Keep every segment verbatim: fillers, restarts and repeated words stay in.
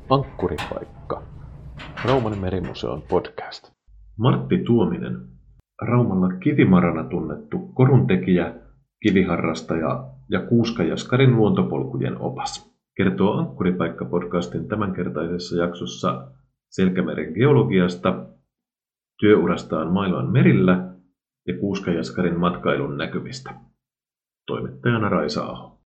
Ankkuripaikka. Rauman merimuseon podcast. Martti Tuominen, Raumalla kivimarana tunnettu koruntekijä, kiviharrastaja ja Kuuskajaskarin luontopolkujen opas, kertoo Ankkuripaikka-podcastin tämänkertaisessa jaksossa Selkämeren geologiasta, työurastaan maailman merillä ja Kuuskajaskarin matkailun näkymistä. Toimittajana Raisa Aho.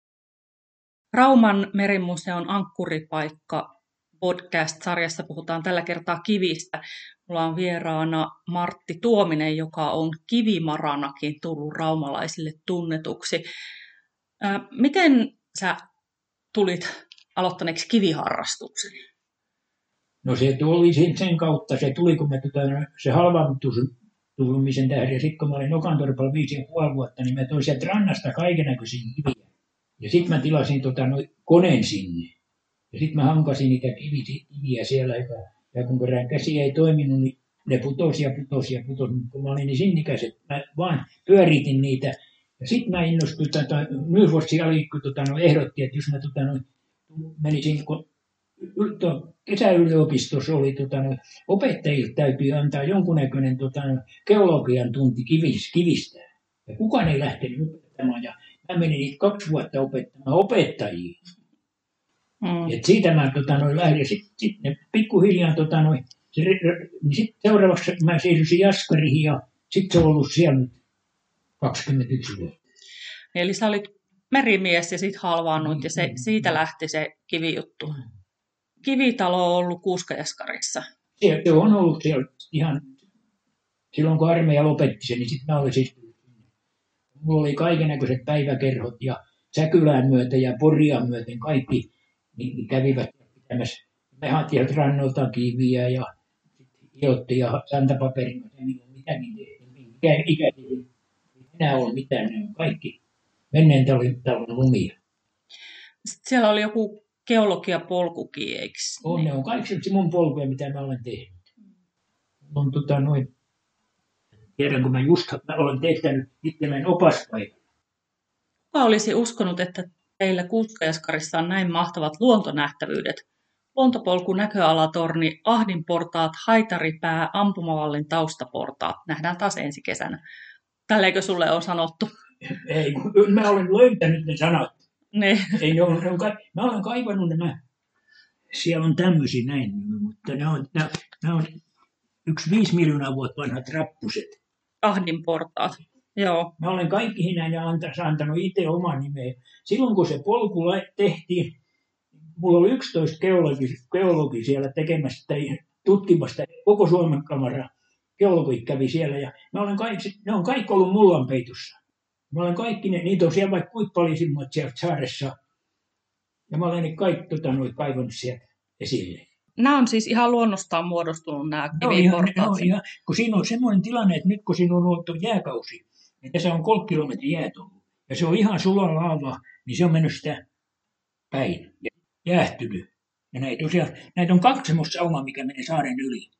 Rauman merimuseon Ankkuripaikka podcast-sarjassa puhutaan tällä kertaa kivistä. Mulla on vieraana Martti Tuominen, joka on kivimaranakin tullut raumalaisille tunnetuksi. Ää, miten sä tulit aloittaneeksi kiviharrastuksen? No se tuli sen kautta, se tuli kun mä tota, se halvaantumisen tähden, ja sitten kun mä olin Okantorpalla viisi ja puoli vuotta, niin mä toin sieltä rannasta kaikennäköisiä kiviä. Ja sitten mä tilasin tota, no, koneen sinne. Ja sitten mä hankasin niitä kiviä siellä, ja kun kerran käsi ei toiminut, niin ne putosi ja putosi ja putosi. Kun mä olin niin sinnikäs, mä vaan pyöritin niitä. Ja sitten mä innostuin, että Nyfossi Alikko tota, no, ehdotti, että jos mä tota, no, menisin, kun kesäyliopistossa oli, tota, no, opettajille täytyy antaa jonkunnäköinen tota, no, geologian tunti kivis, kivistä. Ja kukaan ei lähtenyt opettamaan. Ja mä menin niitä kaksi vuotta opettamaan opettajia. Mm. Et siitä mä tota, noin, lähdin. Sitten sit ne pikkuhiljaa, tota, noin, se, niin sit seuraavaksi mä seisosin Jaskariin ja sitten se on ollut siellä kaksikymmentäyksi vuotta. Eli sä olit merimies ja sitten halvaannut ja se, siitä lähti se kivijuttu. Kivitalo on ollut Kuuskajaskarissa. Se, se on ollut siellä ihan, silloin kun armeija lopetti sen, niin sitten mä olin siis, mulla oli kaikennäköiset päiväkerhot ja Säkylään myöten ja Porjaan myöten kaikki niin kävivät pitämässä mehatieltä rannolta kiviä ja hiotti ja santapaperin kanssa, ei ole mitäkin tehty. Mikä ikäisiä, enää ole mitään, ne on kaikki menneen talon, talon lumia. Sitten siellä oli joku geologiapolkukin, eikö? On, ne on kaikki mun polkuja, mitä mä olen tehnyt. On tota noin, tiedän kun mä just mä olen tehtänyt itselleen opaspaikan. Kuka olisi uskonut, että teillä Kuuskajaskarissa on näin mahtavat luontonähtävyydet? Luontopolku, näköalatorni, ahdinportaat, haitaripää, ampumavallin taustaportaat. Nähdään taas ensi kesänä. Tälleekö sulle on sanottu? Ei, kun mä olen löytänyt ne sanat. Ne. Ei, ne on, ne on ka- mä olen kaivannut nämä. Siellä on tämmöisiä näin, mutta ne on, ne, ne on yksi viisi miljoonaa vuotta vanhat rappuset. Ahdinportaat. Joo. Mä olen kaikki näin ja antanut itse oman nimeä. Silloin kun se polku tehtiin, mulla oli yksitoista geologi, geologi siellä tekemässä tai tutkimasta, koko Suomen kamara geologit kävi siellä. Ja mä olen kaikki, ne on kaikki ollut mullanpeitossa. Mä olen kaikki, ne, niitä on siellä vaikka kuinka paljon sieltä saaressa. Ja mä olen ne kaikki tota, noin kaivannut sieltä esille. Nämä on siis ihan luonnostaan muodostunut nämä kiviportaat. No, ihan, ihan, kun siinä on semmoinen tilanne, että nyt kun siinä on ollut jääkausi, niin tässä on kolme kilometriä jäät ollut. Ja se on ihan sulaa laavaa, niin se on mennyt sitä päin ja jäähtynyt. Ja näitä, tosiaan, näitä on kaksi semmoista saumaa, mikä menee saaren yli.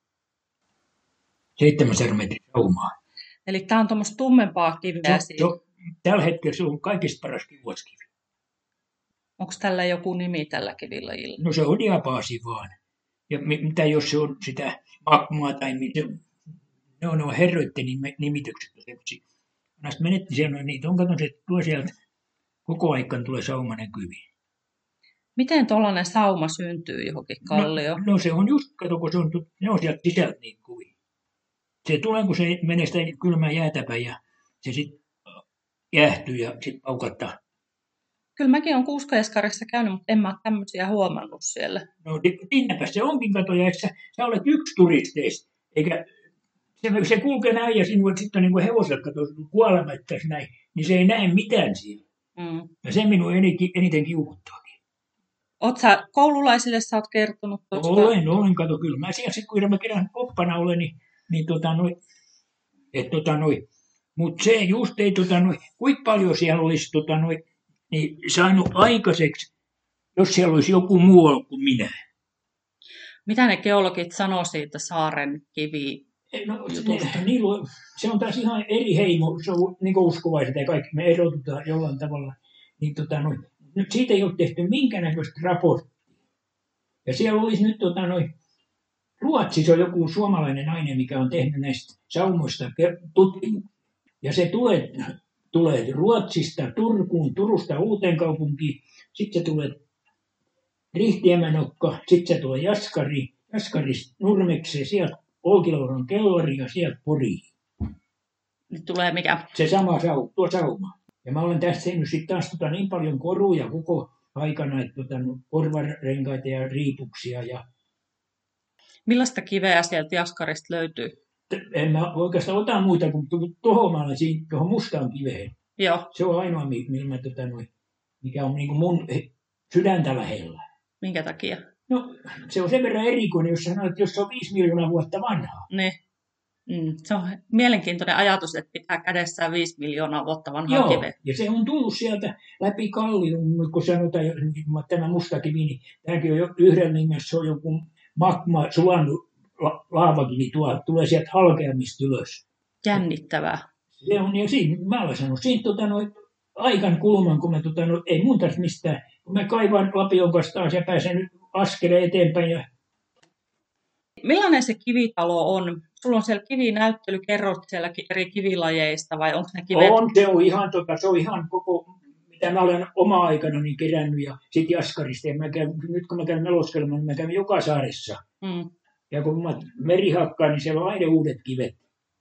Seitsemän metrin saumaa. Eli tämä on tuommoista tummempaa kiveä. Se, se on, tällä hetkellä se on kaikista paras kivuoskivi. Onko tällä joku nimi tällä kivillä? No se on diapaasi vaan. Ja mitä jos se on sitä magmaa tai mitä, ne on, on herroiden nimitykset. Näistä menetti siellä, niitä on katsonut, että tuo sieltä koko aikaan tulee saumainen kyvi. Miten tuollainen sauma syntyy johonkin kallioon? No, no se on just, kato, kun se on, ne on sieltä sisältä niitä kuvia. Se tulee, kun se menee sitä kylmää jäätäpäin ja se sitten jäähtyy ja sitten paukattaa. Kyllä mäkin olen Kuuskajaskarissa käynyt, mutta en mä ole tämmöisiä huomannut siellä. No sinnäpä se onkin, kato, ja sä, sä olet yksi turisteista, eikä se, se kulkee näin ja sinua sitten niin kuin hevosella kato kuolematta näin, niin se ei näe mitään siellä. Mm. Ja se minua eniten, eniten kiukuttaakin. Oot sä koululaisille sä oot kertonut tuosta? Olen, olen, kato, kyllä. Mä siellä sitten, kun mä kerran oppana olen, niin, niin tota noin, että tota noin, mutta se just ei tota noin, kuinka paljon siellä olisi tota noin, niin saanut aikaiseksi, jos siellä olisi joku muu kuin minä. Mitä ne geologit sanoo siitä saaren kivi? No, ne, niillä on, se on taas ihan eri heimo, se on niin kuin uskovaiset ja kaikki, me erotutaan jollain tavalla. Niin, tota, no, nyt siitä ei ole tehty minkään näköistä raporttia. Ja siellä olisi nyt tota, noin, Ruotsissa on joku suomalainen nainen, mikä on tehnyt näistä saumoista tutkimuksia. Ja se tulee, tulee Ruotsista Turkuun, Turusta Uuteenkaupunkiin, sitten se tulee Rihtiemenokka, sitten se tulee Jaskari, Jaskarista Nurmekseen, sieltä Olkiluodon kellari ja sieltä Poriin. Nyt tulee mikä? Se sama sau, tuo sauma. Ja mä olen tästä tehnyt sitten taas tota niin paljon koruja koko aikana, että tota, korvarenkaita ja riipuksia. Ja Millaista kiveä sieltä Jaskarista löytyy? en mä oikeastaan ota muita kuin tuohon mä olen siinä, tuohon mustaan kiveen. Joo. Se on ainoa, millä mä, tota, noin, mikä on niin kuin mun sydäntä lähellä. Minkä takia? No se on sen verran erikoinen, jos sanoit, että jos se on viisi miljoonaa vuotta vanhaa. Niin. Mm, se on mielenkiintoinen ajatus, että pitää kädessään viisi miljoonaa vuotta vanhaa Joo, kiveä. ja se on tullut sieltä läpi kallion, kun sanotaan, tämä musta kivi, niin tämäkin on jo yhdellä nimessä, se on joku magma sulannut la- laavakivi, tuo, tulee sieltä halkeamista ylös. Jännittävää. Se on, ja siinä, mä olen sanonut, siinä tota, noin, aikan kuluman, kun mä, tota, no, ei mun tarvitse mistään, kun mä kaivan lapion kanssa taas ja pääsen nyt askeleen eteenpäin. Ja Millainen se kivitalo on? Sulla on siellä kivinäyttely, kerrot siellä eri kivilajeista vai onko ne kivet? on, se on ihan, tota, se on ihan koko, mitä mä olen oma aikana niin kerännyt ja sitten Jaskarista. Ja mä käyn, nyt kun mä käyn meloskelemaan, niin mä käyn joka saaressa. Mm. Ja kun mä meri hakkaa, niin siellä on aina uudet kivet.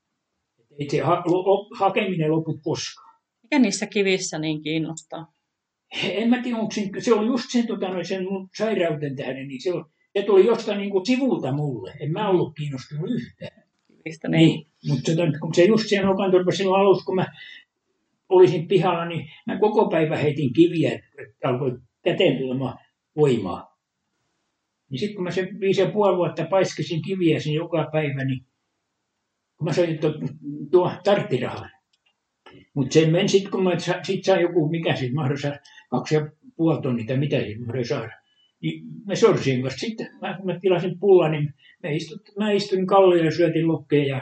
Ei se ha- lo- hakeminen lopu koskaan. Mikä niissä kivissä niin kiinnostaa? En mä tiedä, onko se, se on just sen, tota, noin, sen mun sairauden tähden, niin se, on, se tuli jostain niin kuin sivulta mulle. En mä ollut kiinnostunut yhtään. Kivistä niin. Niin, mutta se, kun se just siellä Nokantorpassa silloin alussa, kun mä olisin pihalla, niin mä koko päivä heitin kiviä, että alkoi käteen tulemaan voimaa. Niin sitten kun mä sen viisi ja puoli vuotta paiskasin kiviä sen joka päivä, niin kun mä sain tuo, tuo tarttirahan. Mutta sen meni sitten, kun mä sit sain joku, mikä siitä mahdollisesti saada, kaksi ja puoli tonnia tai mitä siitä mahdollisesti saada. Niin me sorsien kanssa sitten, mä, kun mä tilasin pullan, niin mä, istut, mä istuin kallioon ja syötin lokkeja ja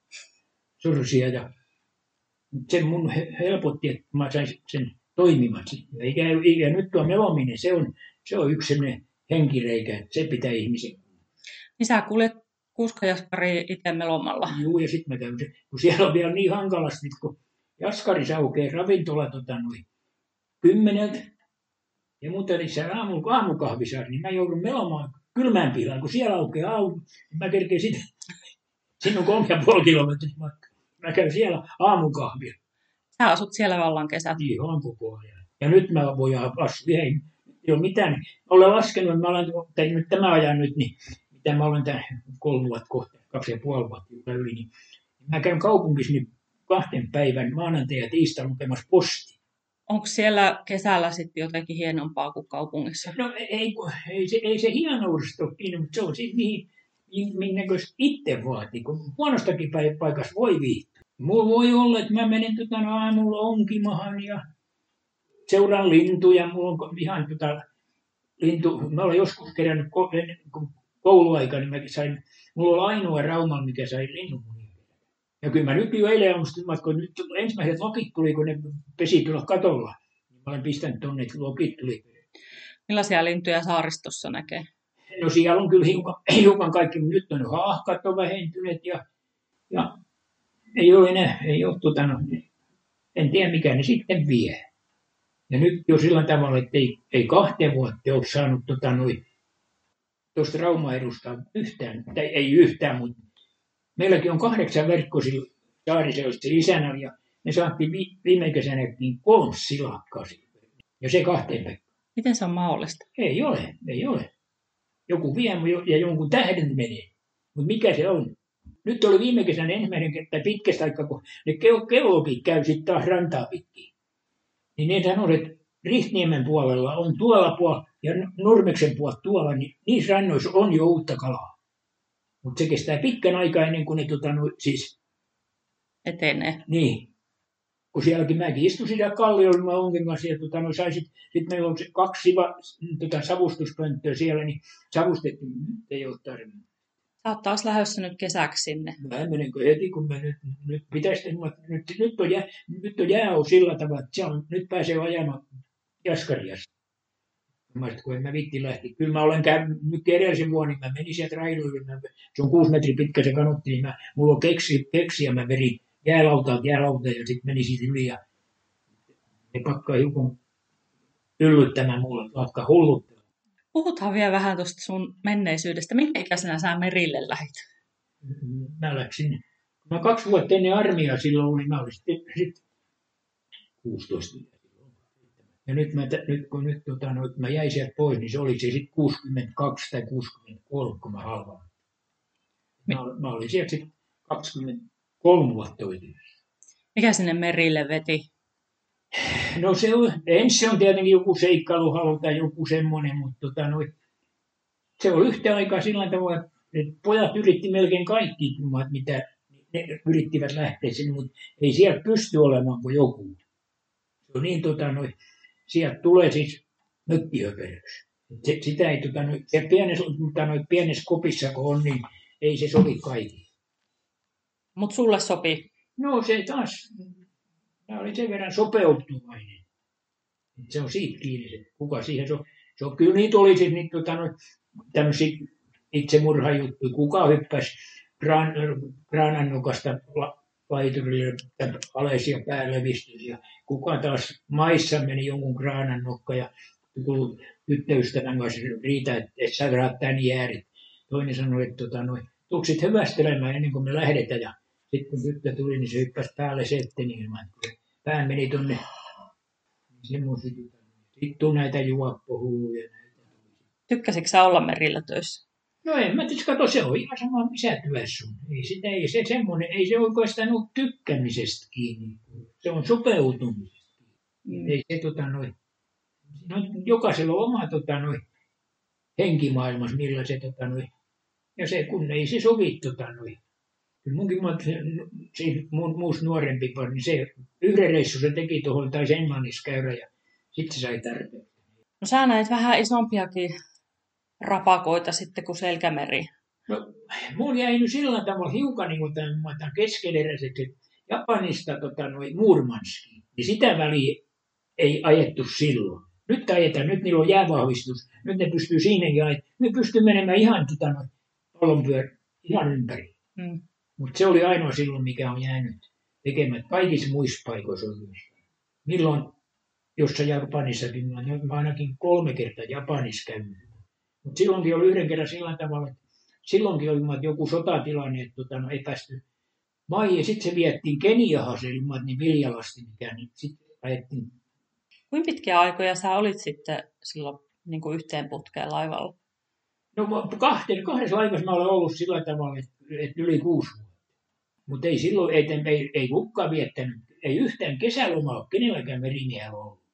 sorsia. Ja se mun helpotti, että mä sain sen toimimaan. Eikä, eikä nyt tuo melominen, se on, se on yksi sellainen henkireikä, että se pitää ihmisen. Niin sä kuljet Kuuska-Jaskari itse melomalla. Juu, ja sitten mä käyn se, kun siellä on vielä niin hankalasti, kun Jaskarissa aukeaa ravintola tota, noin kymmeneltä, ja muuta oli siellä aamu, aamukahvisaari, niin mä joudun melomaan kylmään pihaan, kun siellä aukeaa aamu, niin mä kerkeen sitten, siinä on kolme ja puoli kilometriä matka. Mä käyn siellä aamukahvia. Sä asut siellä vallan kesät. Ihan koko ajan. Ja nyt mä voin asua, ei, ei ole mitään. Olen laskenut, että mä olen, tai nyt tämä ajan nyt, niin mitä mä olen tämän kolme vuotta kohta, kaksi ja puoli vuotta yli, niin mä käyn kaupungissa niin kahden päivän maanantai ja tiistai lukemassa postia. Onko siellä kesällä sitten jotenkin hienompaa kuin kaupungissa? No ei, ei, se, ei se hienoudesta ole kiinni, mutta se on siis mihin, minne itse vaatii, kun huonostakin paikassa voi viihtyä. Mulla voi olla, että mä menen tota, aamulla onkimahan ja seuraan lintuja. Mulla on ihan tota, lintu, mä olen joskus kerännyt kouluaikaa, niin mä sain, mulla oli ainoa Raumalla, mikä sai linnunmunia. Ja kyllä mä nyt jo eilen aamusta, kun nyt ensimmäiset lokit tuli, kun ne pesi tuolla katolla. Mä olen pistänyt tuonne, että lokit tuli. Millaisia lintuja saaristossa näkee? No siellä on kyllä hiukan, hiukan kaikki, mutta nyt on haahkat on vähentyneet ja, ja ei ole enää, ei ole, tota, no, en tiedä mikä ne sitten vie. Ja nyt jo sillä tavalla, että ei, ei kahteen vuotta ole saanut tota, noin, tuosta Raumaa edustaa yhtään, tai ei yhtään, mutta meilläkin on kahdeksan verkkoisilla saariseoista isänä, ja ne saatiin vi, viime kesänäkin kolme silakkaa. Ja se kahteen verkkoon. Miten se on mahdollista? Ei ole, ei ole. Joku vie ja jonkun tähden menee. Mutta mikä se on? Nyt oli viime kesän ensimmäinen tai pitkästä aikaa, kun ne kellokit käy sitten taas rantaa pitkin. Niin ne sanoi, että Rihtniemen puolella on tuolla puolella ja Nurmeksen puolella tuolla, niin niissä rannoissa on jo uutta kalaa. Mutta se kestää pitkän aikaa ennen kuin ne tota, no, siis etenee. Niin. Kun sielläkin mäkin istuin siellä kalliolla, mä onkin kanssa, ja tota, no, sai sit, sit meillä on kaksi siva, tota, savustuspönttöä siellä, niin savustettiin, nyt ei ole tarvinnut. Sä oot taas lähdössä nyt kesäksi sinne. Mä menenkö heti, kun mä nyt, nyt pitäisi, nyt, nyt, on jää, nyt on jää on sillä tavalla, että se on, nyt pääsee ajamaan Jaskariasta. Mä sanoin, kun en mä vitti lähti. Kyllä mä olen käynyt nyt edellisen vuonna, niin mä menin sieltä raidoille. Mä, se on kuusi metriä pitkä se kanotti, niin mä, mulla on keksi, keksi ja mä verin jäälautaan jäälautaan ja sitten menin siitä yli. Ja ne pakkaa hiukan yllyttämään mulle, vaikka hulluttavaa. Puhutaan vielä vähän tuosta sun menneisyydestä. Minkä ikäisenä sä merille lähit? Mä läksin, mä kaksi vuotta ennen armiaa silloin olin, mä olin sitten sit kuusitoista. Ja nyt, mä, nyt kun nyt, tota, no, mä jäin sieltä pois, niin se oli se sitten kuusikymmentäkaksi tai kuusikymmentäkolme, kun mä halvaan. Mä, mä olin sieltä sitten kaksikymmentäkolme vuotta oikein. Mikä sinne merille veti? No se on, ensin se on tietenkin joku seikkailuhalu tai joku semmoinen, mutta tota, no, se on yhtä aikaa sillä tavalla, että pojat yritti melkein kaikki, mitä ne yrittivät lähteä sinne, mutta ei siellä pysty olemaan kuin joku. Se on niin, tota, no, sieltä tulee siis mökkihöperöksi. Se, sitä ei, tota, no, pienessä, tota, no, pienessä kopissa kun on, niin ei se sovi kaikille. Mutta sulle sopii? No se taas, mä olin sen verran sopeutuvainen. Se on siitä kiinni, se, kuka siihen so, so, kyllä niitä oli siis niitä tota, no, tämmöisiä itsemurhajuttuja. Kuka hyppäsi kraan, kraanannokasta la, laiturille alas ja päälevistys. Ja kuka taas maissa meni jonkun kraanannokka ja tuli tyttöystävän kanssa riitä, että et sä raat tän jäärit. Toinen sanoi, että tota, no, tuliko sit hyvästelemään ennen kuin me lähdetään. Ja sitten kun tyttö tuli, niin se hyppäsi päälle setteniin ilman. Pää meni tuonne semmoiset. Sitten tuli näitä juoppohulluja. Tykkäsitkö sä olla merillä töissä? No en mä tietysti katso, se on ihan sama missä työssä on. Ei, sitä, ei, se, semmoinen, ei se oikeastaan ole tykkäämisestä kiinni. Se on sopeutumisesta kiinni. Mm. Ei se, tota, noi, no, jokaisella on oma tota, noi, henkimaailmassa, millä se, tota, noi, ja se kun ei se sovi. Tota, noi. Kyllä munkin se, mun, muus nuorempi, niin se yhden reissu se teki tuohon, taisi Englannissa käydä ja sitten se sai tarpeen. No sä näit vähän isompiakin rapakoita sitten kuin Selkämeri. No, mulla jäi nyt sillä tavalla hiukan niin tämän keskeneräiseksi, että Japanista tota, noi Murmanskiin, niin sitä väliä ei ajettu silloin. Nyt ajetaan, nyt niillä on jäävahvistus, nyt ne pystyy siinäkin ajetaan. Ne pystyy menemään ihan tota, no, pallonpyörä ihan ympäri. Hmm. Mutta se oli ainoa silloin, mikä on jäänyt tekemään kaikissa muissa paikoissa oikeastaan. Milloin, jossa Japanissakin, mä ainakin kolme kertaa Japanissa käynyt. Mutta silloinkin oli yhden kerran sillä tavalla, että silloinkin oli joku sotatilanne, että tota, no, ei päästy maihin. Ja sitten se viettiin Keniahan se ilman, niin viljalasti mikään, niin sitten ajettiin. Kuinka pitkiä aikoja sä olit sitten silloin niin kuin yhteen putkeen laivalla? No kahden, kahdessa laivassa mä olen ollut sillä tavalla, että, että yli kuusi vuotta. Mutta ei silloin, ei, ei, ei kukaan viettänyt, ei yhtään kesälomaa ole kenelläkään merimiehellä ollut.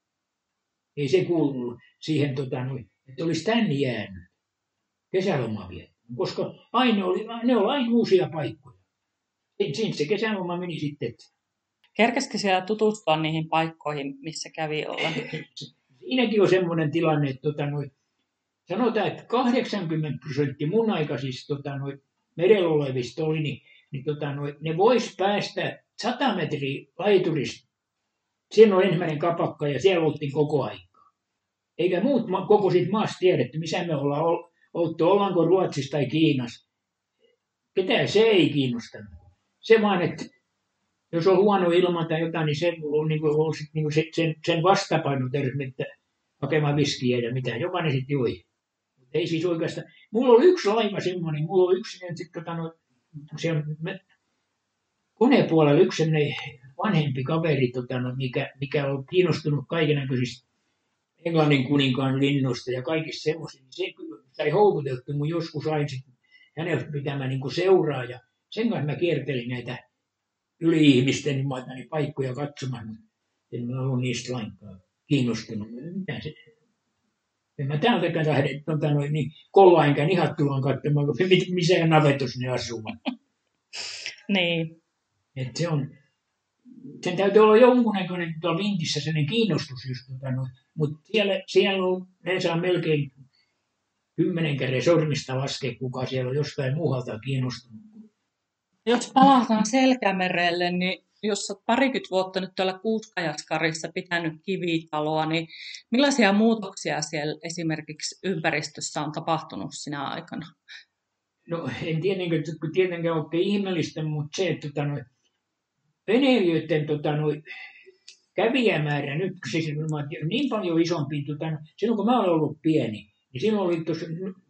Ei se kuulunut siihen, tota, no, että olisi tänne jäänyt kesälomaa viettänyt, koska aina oli, ne oli aina uusia paikkoja. Siinä se kesäloma meni sitten. Kerkesikö siellä tutustua niihin paikkoihin, missä kävi olla? Siinäkin on semmoinen tilanne, että tota, no, sanotaan, että kahdeksankymmentä prosenttia mun aikaisista tota, no, merellä olevista oli, niin, niin tota, no, ne vois päästä sata metriä laiturista. Siinä on ensimmäinen kapakka ja siellä oltiin koko aikaa. Eikä muut koko siitä maasta tiedetty, missä me ollaan oltu, ollaanko Ruotsissa tai Kiinassa. Ketään se ei kiinnostanut. Se vaan, että jos on huono ilma tai jotain, niin se on niin kuin, niin kuin se, sen, sen vastapainotermi, että hakemaan viskiä ja mitään. Jokainen sitten joi. Ei siis oikeastaan. Mulla oli yksi laiva semmoinen, mulla oli yksi, sitten tota, no, siellä konepuolella yksi vanhempi kaveri, tota, no, mikä, mikä on kiinnostunut kaikennäköisistä Englannin kuninkaan linnoista ja kaikista semmoisista, niin se sai houkuteltu mun joskus aina sitten häneltä pitämään niin kuin seuraa ja sen kanssa mä kiertelin näitä yli-ihmisten niin paikkoja katsomaan, mutta en mä ollut niistä lainkaan kiinnostunut. Mitä se? En mä täältäkään lähde tota, noin, niin kollainkään ihattulaan katsomaan, missä navetus ne asuvat. Niin. Et se on, sen täytyy olla jonkunnäköinen tuolla vintissä sellainen kiinnostus just, tota, no, mutta siellä, siellä on, ne saa melkein kymmenen kerran sormista laskea, kuka siellä on jostain muualta kiinnostunut. Jos palataan Selkämerelle, niin jos olet parikymmentä vuotta nyt tuolla Kuuskajaskarissa pitänyt kivitaloa, niin millaisia muutoksia siellä esimerkiksi ympäristössä on tapahtunut sinä aikana? No en tietenkään, kun tietenkään olette ihmeellistä, mutta se, että tota, no, veneilijöiden tota, no, kävijämäärä nyt, siis niin paljon isompi, tota, no, silloin kun mä olen ollut pieni, niin silloin oli tuossa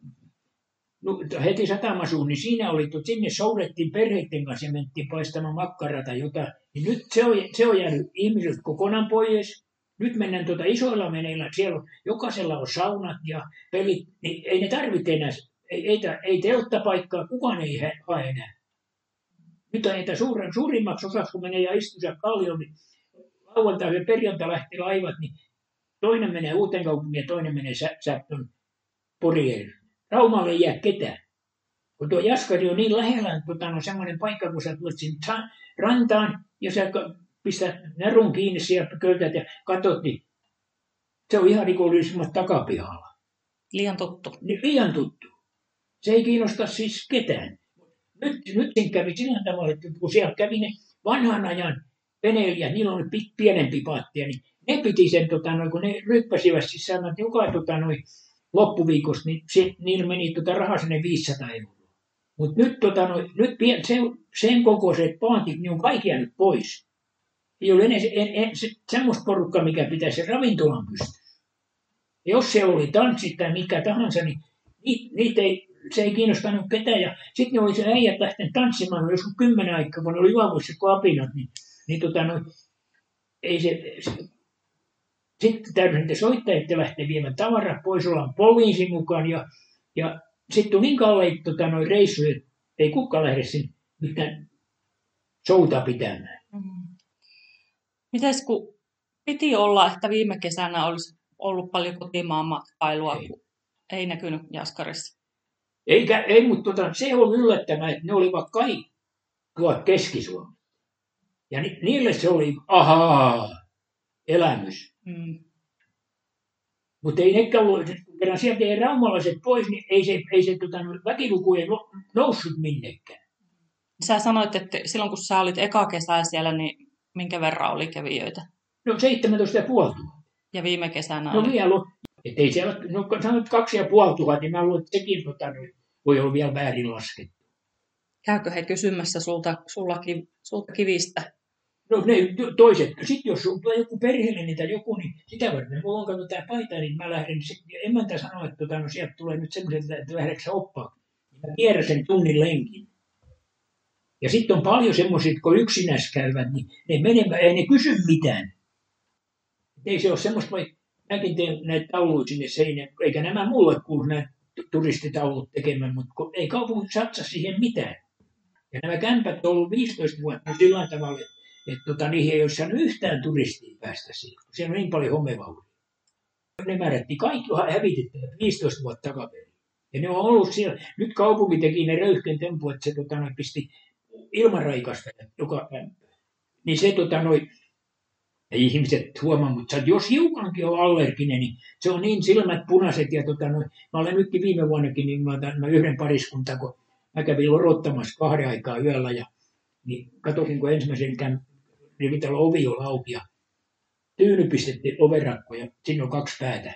no, heti satamasuun, niin siinä oli, että sinne soudettiin perheiden kanssa ja mentiin paistamaan makkaraa tai jotain. Niin nyt se on, se on jäänyt ihmiset kokonaan pois. Nyt mennään tuota isoilla meneillä, siellä on, jokaisella on saunat ja pelit, niin ei ne tarvitse enää, ei, ei, ei telttapaikkaa, kukaan ei hae enää. Nyt on niitä suuren, suurimmaksi osaksi, kun menee ja istuu siellä kallioon, niin lauantai ja perjantai lähti laivat, niin toinen menee Uuteenkaupunkiin ja toinen menee Säptön Poriin. Raumalle ei jää ketään. Kun tuo Jaskari on niin lähellä, tota, on semmoinen paikka, kun sä tulet sinne rantaan ja sä pistät narun kiinni siellä köytät ja katot, niin se on ihan niin kuin olisi takapihalla. Liian tuttu. Niin, liian tuttu. Se ei kiinnosta siis ketään. Nyt, nyt siinä kävi sillä tavalla, että kun siellä kävi ne vanhan ajan veneilijät, niillä on pienempi paattia, niin ne piti sen, tota, noin, kun ne ryppäsivät sisään, että joka tota, noin, loppuviikosta, niin se, niillä meni tota rahaa sinne viisisataa euroa. Mutta nyt, tota, no, nyt se, sen kokoiset paantit, niin on kaikki jäänyt pois. Ei ole enää en, en, se, semmoista porukkaa, mikä pitäisi ravintolan pystyä. Jos se oli tanssit tai mikä tahansa, niin niitä, niitä ei, se ei kiinnostanut ketään. Ja sitten ne oli se äijät lähtenyt tanssimaan, joskus kymmenen aikaa, kun ne oli juovuissa kuin apinat, niin, niin tota, no, ei se... se sitten täytyy niitä soittajia lähteä viemään tavaraa pois, ollaan poliisi mukaan ja, ja sitten on niin kalleita tota, noin reissuja, että ei kukaan lähde sinne mitään soutaa pitämään. Mm. Mites kun piti olla, että viime kesänä olisi ollut paljon kotimaan matkailua, ei, kun ei näkynyt Jaskarissa? Eikä, ei, mutta tota, se on yllättävää, että ne olivat kaikki tuolla Keski-Suomessa. Ja ni, niille se oli ahaa, elämys. Mm. Mutta ei nekään ollut, kun kerran sieltä ei raumalaiset pois, niin ei se, ei se tota, väkiluku ei noussut minnekään. Sä sanoit, että silloin kun sä olit eka kesää siellä, niin minkä verran oli kävijöitä? No seitsemäntoista ja puoli tuhatta. Ja viime kesänä no, oli? Vielä, että ei siellä, no sanoit kaksi ja puoli tuhatta, niin mä luulen, että sekin tota, voi olla vielä väärin laskettu. Käykö he kysymässä sulta, sullakin, sulta kivistä? No ne toiset, sitten jos sulla tulee joku perheellinen tai joku, niin sitä varten, mulla on kato tää paita, niin mä lähden, emäntä sanoo, että tota, no, sieltä tulee nyt semmoiselta, että lähdetkö oppaa. Mä kierrän sen tunnin lenkin. Ja sitten on paljon semmoiset, kun yksinäs käyvät, niin ne menevät, ei ne kysy mitään. Ei se ole semmoista, vai mäkin teen näitä tauluja sinne seinään, eikä nämä mulle kuulu nämä turistitaulut tekemään, mutta ei kaupunki satsa siihen mitään. Ja nämä kämpät on ollut viisitoista vuotta sillä tavalla, että tota, niihin ei ole saanut yhtään turistia päästä siihen. Siellä on niin paljon homevauria. Ne määrättiin kaikki hävitettävät viisitoista vuotta takaperin. Ja ne on ollut siellä. Nyt kaupunki teki ne röyhkeen tempu, että se tota, noi, pisti ilmanraikasta joka kämppään. Niin se tota, noi, ei ihmiset huomaa, mutta jos hiukankin on allerginen, niin se on niin silmät punaiset. Ja tota, noi, mä olen nytkin viime vuonnakin, niin mä otan mä yhden pariskuntaan, kun mä kävin odottamassa kahden aikaa yöllä. Ja, niin katsoin, kun ensimmäisen kämppään, niin pitää olla ovi olla auki ja tyyny pistettiin ovenrakkoon ja siinä on kaksi päätä.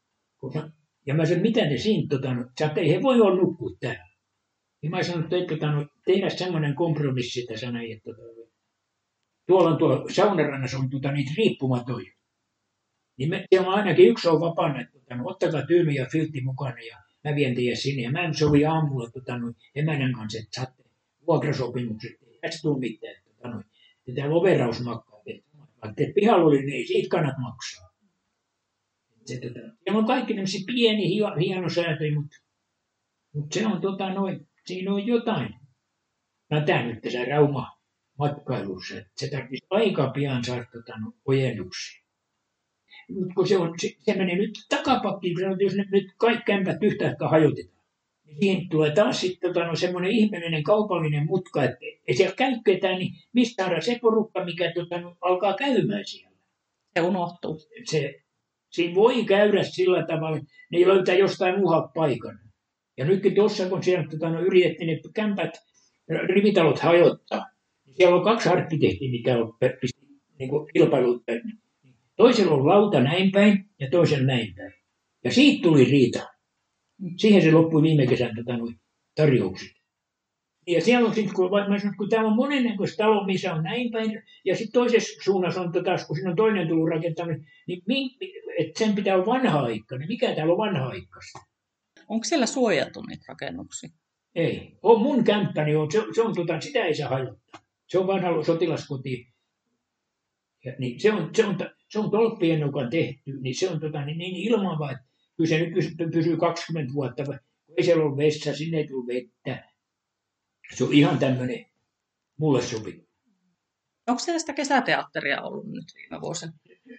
Ja mä sanoin, mitä ne siinä, tota, no, sä ei he voi olla nukkua täällä. Ja mä sanoin, että tota, no, tehdään semmoinen kompromissi, että sanoin, että tota, tuolla on tuolla saunarannassa on tota, niitä riippumatoja. Niin me, siellä on ainakin yksi on vapaana, että tota, no, ottakaa tyyny ja filtti mukana ja mä vien teidän sinne. Ja mä sovi aamulla tota, no, emännän kanssa, että saatte vuokrasopimukset, ei tässä tule mitään. Tota, no, tätä loverausmakkaa tehty. Että pihalla oli, niin ei siitä kannat maksaa. Se, tota, siellä on kaikki tämmöisiä pieni, hieno säätöjä, mutta, mutta se on tota noin, siinä on jotain. Mä tää nyt tässä Rauma-matkailussa, että se tarvitsisi aika pian saada tota, no, ojennuksia. Mutta kun se, on, se, se menee nyt takapakkiin, kun jos nyt, nyt kaikki kämpät yhtäkkiä hajotetaan. Niin siihen tulee taas sitten tota, no, semmoinen ihmeellinen kaupallinen mutka, että ei siellä käy ketään, niin mistä saadaan se porukka, mikä tota, no, alkaa käymään siellä. Se unohtuu. Se, siinä voi käydä sillä tavalla, että ne löytää jostain muualta paikan. Ja nytkin tuossa, kun siellä tota, no, yritettiin ne kämpät, rivitalot hajottaa, niin Siellä on kaksi arkkitehtiä, mikä on niin kilpailuttanut. Toisella on lauta näin päin ja toisella näin päin. Ja siitä tuli riita. Siihen se loppui viime kesän tota, tarjoukset. Ja siellä on sitten, kun, mä sanon, kun täällä on monennäköistä talo, missä on näin päin, ja sitten toisessa suunnassa on, tota, kun siinä on toinen tullut rakentaminen, niin mi, että sen pitää olla vanha-aikainen. Mikä täällä on vanha-aikaista? Onko siellä suojattu niitä rakennuksia? Ei. On mun kämppäni on, se, se on tota, sitä ei saa hajottaa. Se on vanha sotilaskoti. Ja, niin, se on, se on, se on tolppien mukaan tehty, niin se on tota, niin, niin ilmaava, että kyllä se nyt pysyy kaksikymmentä vuotta. Ei siellä ole vessa, sinne ei tule vettä. Se on ihan tämmöinen, mulle sopi. Onko siellä sitä kesäteatteria ollut nyt viime vuosina?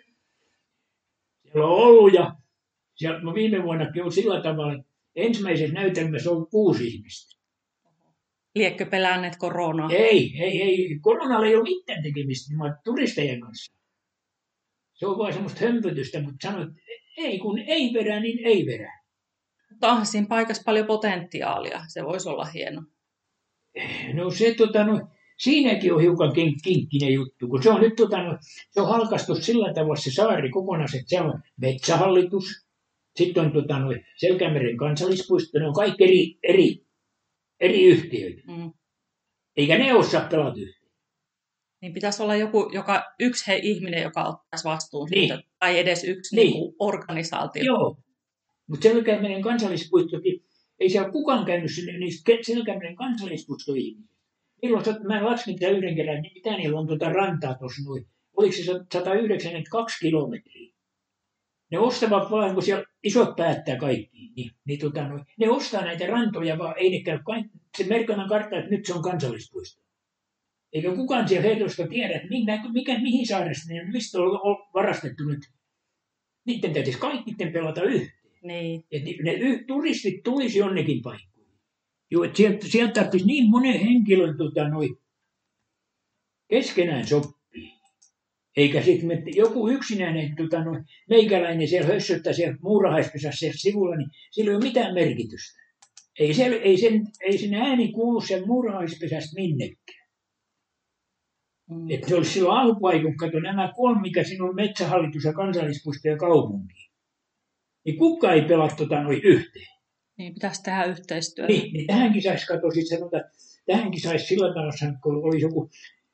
Siellä on ollut ja siellä, no viime vuonnakin on sillä tavalla, että ensimmäisessä näytelmässä on kuusi ihmistä. Liekkö pelänneet koronaa? Ei, ei, ei. Koronalla ei ole mitään tekemistä turistejen kanssa. Se on vain semmoista hömpötystä, mutta sanoit, ei kun ei vedä, niin ei vedä. Mutta onhan siinä paikassa paljon potentiaalia. Se voisi olla hieno. No se, tota, no, siinäkin on hiukan kinkkinen juttu, kun se on nyt tota, no, se on halkastu sillä tavalla se saari kokonaan, että se on metsähallitus, sitten on tota, no, Selkämeren kansallispuisto, ne on kaikki eri, eri, eri yhtiöitä. Mm. Eikä ne osaa pelata yhteen. Niin pitäisi olla joku, joka, yksi he, ihminen, joka ottaisi vastuun niin. siitä, tai edes yksi niin. Niin organisaatio. Joo, mutta Selkämeren kansallispuistokin, ei siellä kukaan käynyt sinne, niin Selkämeren kansallispuistoihmisiä. Milloin mä laskin tämän yhden kerran, niin mitä niillä on tuota rantaa tuossa noin. Oliko se sata yhdeksänkymmentäkaksi kilometriä? Ne ostavat vaan, kun siellä isot päättää kaikki, niin, niin tota, no, ne ostaa näitä rantoja, vaan ei ne käy kaikki. Se Merkanan kartta, että nyt se on kansallispuisto. Eikä kukaan siellä Herrosta tiedä, että mikä, mikä, mihin saaresta ne mistä on varastettu nyt. Niiden täytyisi kaikkien pelata yhteen. Niin. Että ne y- turistit tulisi jonnekin paikkoihin. Joo, että sieltä, sieltä tarvitsisi niin monen henkilön tota, noi, keskenään sopii. Eikä sitten joku yksinäinen tota, noi, meikäläinen siellä hössöttää siellä muurahaispesassa siellä sivulla, niin sillä ei ole mitään merkitystä. Ei, siellä, ei, sen, ei sen ääni kuulu sen muurahaispesästä minnekään. Mm. Että se olisi silloin alkuaikun, kato nämä kolme, mikä siinä on metsähallitus ja kansallispuisto ja kaupunki. Niin kukaan ei pelaa tota noin yhteen. Niin, pitäisi tehdä yhteistyötä. Niin, niin tähänkin saisi katsoa, sit sanotaan, tähänkin saisi sillä tavalla, kun olisi joku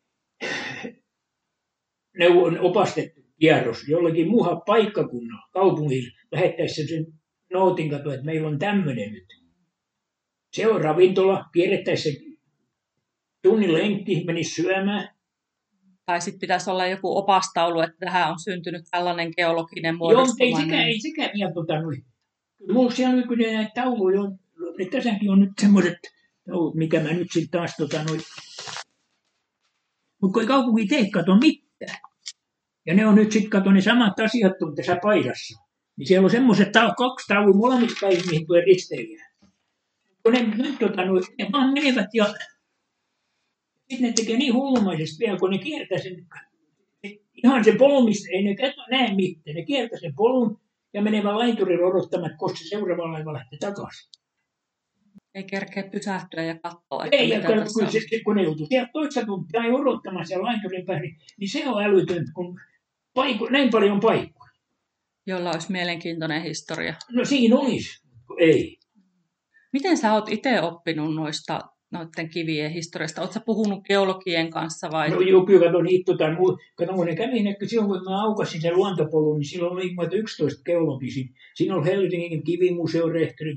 neuvon opastettu kierros jollakin muuhan paikkakunnalla, kaupungilla, lähettäisi sen nootin katsoa, että meillä on tämmöinen nyt. Se on ravintola, kierrettäisiin se tunnin lenkki, menisi syömään. Tai sitten pitäisi olla joku opastaulu, että tähän on syntynyt tällainen geologinen muodostuma. Joo, ei sekään, ei sekään vielä tota noin. Mulla siellä on kyllä näitä tauluja on, että tässäkin on nyt semmoiset taulut, mikä mä nyt sitten taas tota noin. Mutta kun ei kaupunki tee kato mitään. Ja ne on nyt sitten kato ne samat asiat on tässä paidassa. Niin siellä on semmoiset ta- kaksi taulua molemmissa päivissä, mihin tulee risteilijää. Kun ne nyt tota noin, ne vaan menevät ja sitten ne tekee niin hullumaisesti vielä, kun ne kiertää sen, ihan se polun, mistä ei ne näe mitään. Ne kiertää sen polun ja menevät laiturilla odottamaan, koska se seuraava laiva lähtee takaisin. Ei kerkeä pysähtyä ja katsoa, että ei, mitä kun, tässä kun, se, kun ne joutuu sieltä toista tuntia odottamaan siellä laiturin päälle, niin, niin se on älytöntä, kun paikko, näin paljon paikkoja. Jolla olisi mielenkiintoinen historia. No siinä olisi, ei. Miten sä oot itse oppinut noista noiden kivien historiasta? Oletko puhunut geologien kanssa vai? No joo, kyllä kato niitä, tota, kato kun ne kävi, että silloin kun mä aukasin sen luontopolun, niin silloin oli yksitoista geologia. Siinä oli Helsingin kivimuseon rehtori,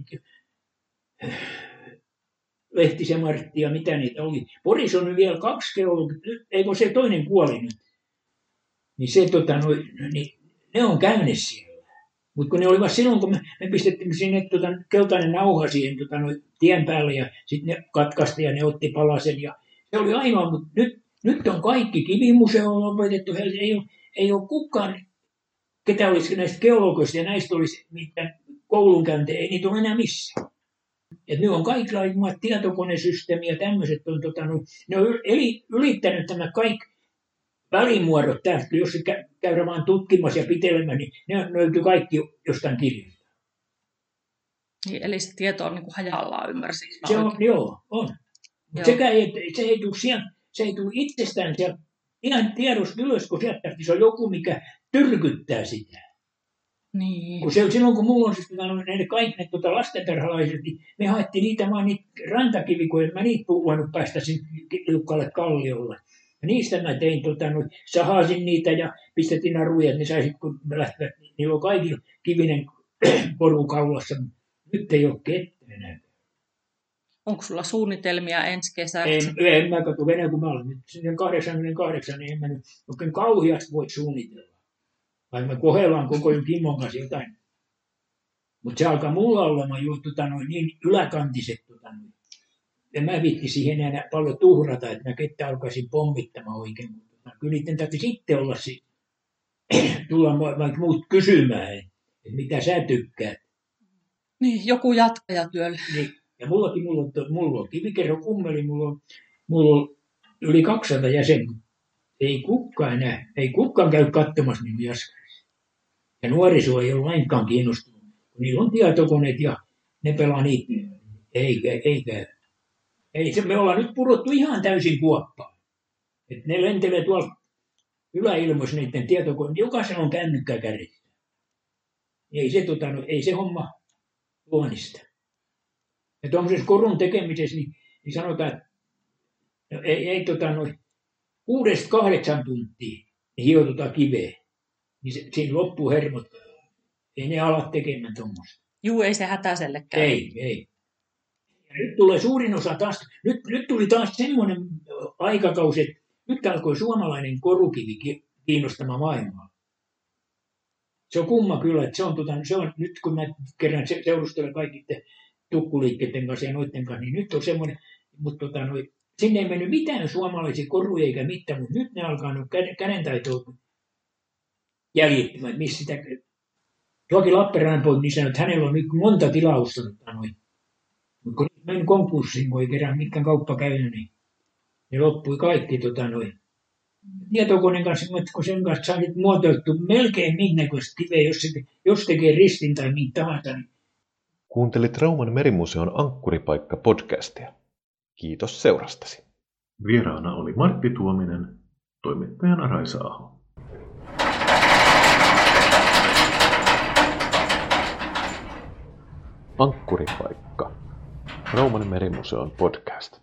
Lehtisen Martti ja mitä niitä oli. Porissa on vielä kaksi geologia, eikö se toinen kuoli nyt. Niin se, tota, no, niin, ne on käynyt siellä. Mutta kun ne olivat silloin, kun me, me pistettiin sinne tota, keltainen nauha siihen tota, no, tien päälle ja sitten ne katkaisesti ja ne otti palasen. Ja se oli ainoa, mutta nyt, nyt on kaikki kivimuseo on lopetettu. Ei ole, ei ole kukaan, ketä olisi näistä geologoista ja näistä olisi mitään koulunkäyntejä, ei niitä ole enää missään. Et nyt on kaikenlaisia tietokonesysteemiä ja tämmöiset on, tota, no, ne on ylittänyt tämä kaikki välimuodot tästä, jos se käydään vaan tutkimassa ja pitelemään, niin ne löytyy kaikki jostain kirjasta. Niin, eli se tieto on niin kuin hajallaan, ymmärsin. Se on, joo, on. Mutta se ei tule sieltä, se ei tule itsestään sieltä ihan tiedosta ylös, kun sieltä se on joku, mikä tyrkyttää sitä. Niin. Kun se, silloin kun mulla on siis ne kaikki ne tuota, lastentarhalaiset, niin me haettiin niitä vaan niitä rantakivikoja, mä niitä voinut päästä sinne liukkaalle kalliolle. Ja niistä mä tein, tota, no, sahasin niitä ja pistettiin naruja, että ne sai sitten, kun me lähtivät, niin niillä on kaikilla kivinen koru kaulassa. Nyt ei ole ketään enää. Onko sulla suunnitelmia ensi kesäksi? En, en mä katso enää, kun mä olen nyt sinne kahdeksankymmentäkahdeksan, niin en mä nyt oikein kauheasti voi suunnitella. Vai me kohdellaan koko ajan Kimmon kanssa jotain. Mutta se alkaa mulla olemaan jo tota, noin, niin yläkantiset. Tota, noin. En mä vitti siihen enää paljon tuhrata, että mä kettä alkaisin pommittamaan oikein. Tota, kyllä niiden täytyy sitten olla si- tulla vaikka muut kysymään, että mitä sä tykkäät. Niin, joku jatkajatyöllä. Niin. Ja mullakin, mulla on, mulla on kivikerro kummeli, mulla on, mulla on yli kaksisataa jäsentä. Ei kukaan enää, ei kukaan käy katsomassa niin Jaskarissa. Ja nuoriso ei ole lainkaan kiinnostunut. Niillä on tietokoneet ja ne pelaa niitä. Ei, ei käy. Ei, se, me ollaan nyt pudottu ihan täysin kuoppaan. Et ne lentelee tuolla yläilmoissa niiden tietokoneet. Jokaisen on kännykkä kädessä. Ei se, tota, no, ei se homma luonnista. Ja tuollaisessa korun tekemisessä niin, niin sanotaan, että no, ei, ei tota, no, kuudesta kahdeksan tuntia niin hiotutaan kiveä. Niin se, siinä loppuu hermot. Ei ne ala tekemään tuommoista. Juu, ei se hätäisellekään. Ei, ei. Ja nyt tulee suurin osa taas, nyt, nyt tuli taas semmoinen aikakausi, että nyt alkoi suomalainen korukivi kiinnostamaan maailmaa. Se on kumma kyllä, että se on, tota, se on nyt kun mä kerran seurustelen kaikkien tukkuliikkeiden kanssa ja noiden kanssa, niin nyt on semmoinen, mutta tota, noi, sinne ei mennyt mitään suomalaisia koruja eikä mitään, mutta nyt ne alkaa no, kädentaitoa jäljittämään, missä sitä. Tuokin Lappeenrannan poika niin sanoi, että hänellä on nyt monta tilausta. Mutta kun meni konkurssiin, kun ei kerran mikään kauppa käynyt, niin ne loppui kaikki tota, noin. Tietokoneen kanssa, kun sen kanssa saa nyt muotoiltu melkein minnäköistä kiveä, jos, se, jos tekee ristin tai niin tahansa. Niin... Kuuntelit Rauman merimuseon Ankkuripaikka-podcastia. Kiitos seurastasi. Vieraana oli Martti Tuominen, toimittajana Raisa Aho. Ankkuripaikka. Rauman merimuseon podcast.